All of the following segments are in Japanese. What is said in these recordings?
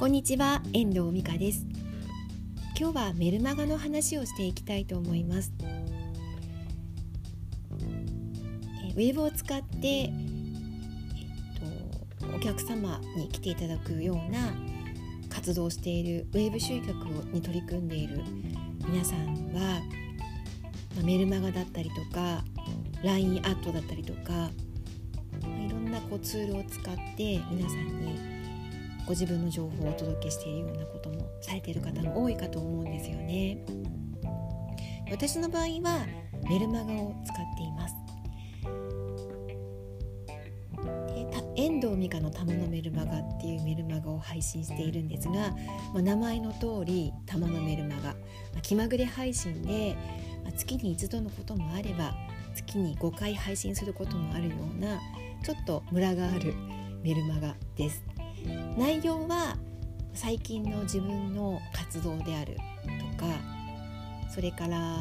こんにちは、遠藤美香です。今日はメルマガの話をしていきたいと思います。ウェブを使って、お客様に来ていただくような活動をしているウェブ集客に取り組んでいる皆さんは、メルマガだったりとか LINE アットだったりとか、いろんなツールを使って皆さんにご自分の情報をお届けしているようなこともされている方も多いかと思うんですよね。私の場合はメルマガを使っています。遠藤美香の玉のメルマガっていうメルマガを配信しているんですが、名前の通り玉のメルマガ、気まぐれ配信で、月に一度のこともあれば月に5回配信することもあるようなちょっとムラがあるメルマガです。内容は最近の自分の活動であるとか、それから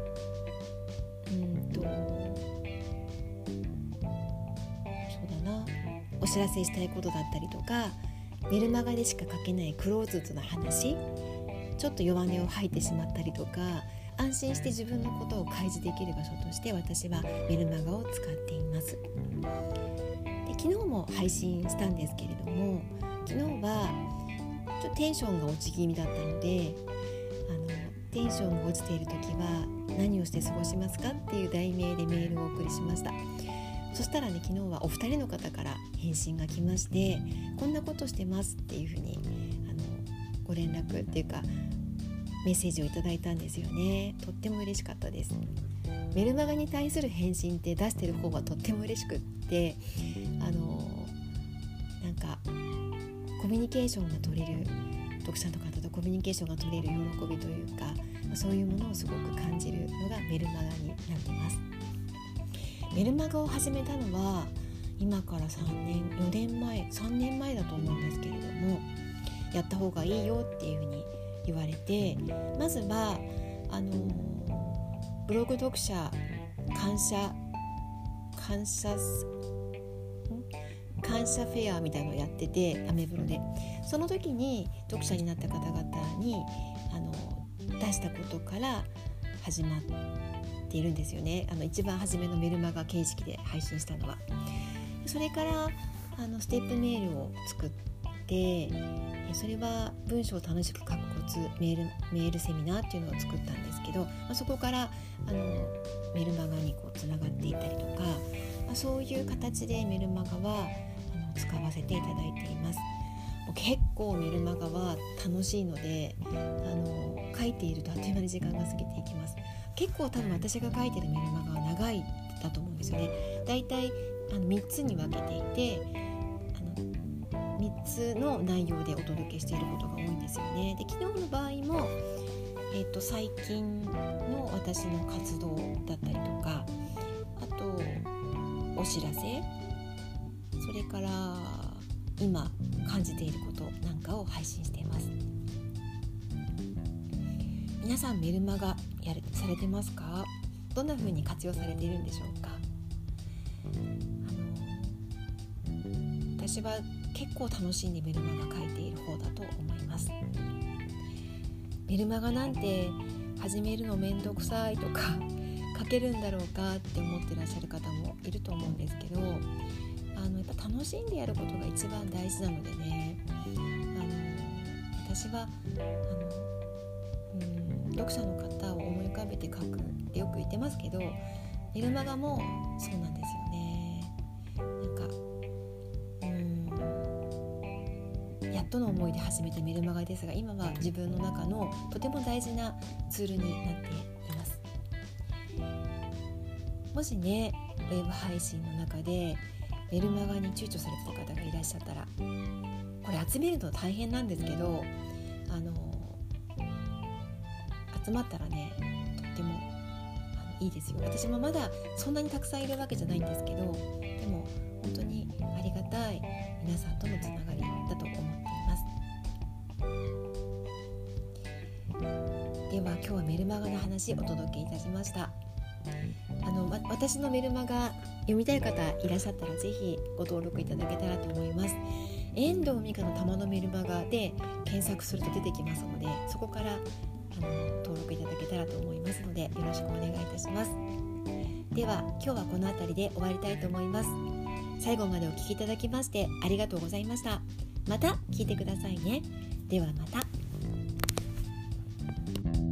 お知らせしたいことだったりとか、メルマガでしか書けないクローズドな話、ちょっと弱音を吐いてしまったりとか、安心して自分のことを開示できる場所として私はメルマガを使っています。で、昨日も配信したんですけれども、昨日はちょっとテンションが落ち気味だったので、テンションが落ちている時は何をして過ごしますかっていう題名でメールをお送りしました。そしたらね、昨日はお二人の方から返信が来まして、こんなことしてますっていうふうにご連絡っていうかメッセージをいただいたんですよね。とっても嬉しかったです。メルマガに対する返信って出してる方はとっても嬉しくって、コミュニケーションが取れる、読者の方とコミュニケーションが取れる喜びというか、そういうものをすごく感じるのがメルマガになってます。メルマガを始めたのは今から3年前だと思うんですけれども、やった方がいいよっていうふうに言われて、まずはブログ読者感謝フェアみたいなのをやってて、アメブロでその時に読者になった方々に出したことから始まっているんですよね。一番初めのメルマガ形式で配信したのは。それからステップメールを作って、それは文章を楽しく書くコツメールセミナーっていうのを作ったんですけど、そこからメルマガにつながっていったりとか、そういう形でメルマガは使わせていただいています。結構メルマガは楽しいので、書いているとあっという間に時間が過ぎていきます。結構多分私が書いているメルマガは長いだと思うんですよね。だいたい3つに分けていて、3つの内容でお届けしていることが多いんですよね。で、昨日の場合も、最近の私の活動だったりとか、あとお知らせ、それから今感じていることなんかを配信しています。皆さんメルマガされてますか？どんな風に活用されているんでしょうか？私は結構楽しんでメルマガ書いている方だと思います。メルマガなんて始めるのめんどくさいとか書けるんだろうかって思ってらっしゃる方もいると思うんですけど、やっぱ楽しんでやることが一番大事なのでね、私は読者の方を思い浮かべて書くってよく言ってますけど、メルマガもそうなんですよね。やっとの思いで始めたメルマガですが、今は自分の中のとても大事なツールになっています。もしね、ウェブ配信の中でメルマガに躊躇されてた方がいらっしゃったら、これ集めるの大変なんですけど、集まったらね、とってもいいですよ。私もまだそんなにたくさんいるわけじゃないんですけど、でも本当にありがたい皆さんとのつながりだと思っています。では今日はメルマガの話をお届けいたしました。私のメルマガ読みたい方いらっしゃったらぜひご登録いただけたらと思います。 遠藤美香の玉のメルマガで検索すると出てきますので、そこから登録いただけたらと思いますので、よろしくお願いいたします。では今日はこの辺りで終わりたいと思います。最後までお聞きいただきましてありがとうございました。また聞いてくださいね。ではまた。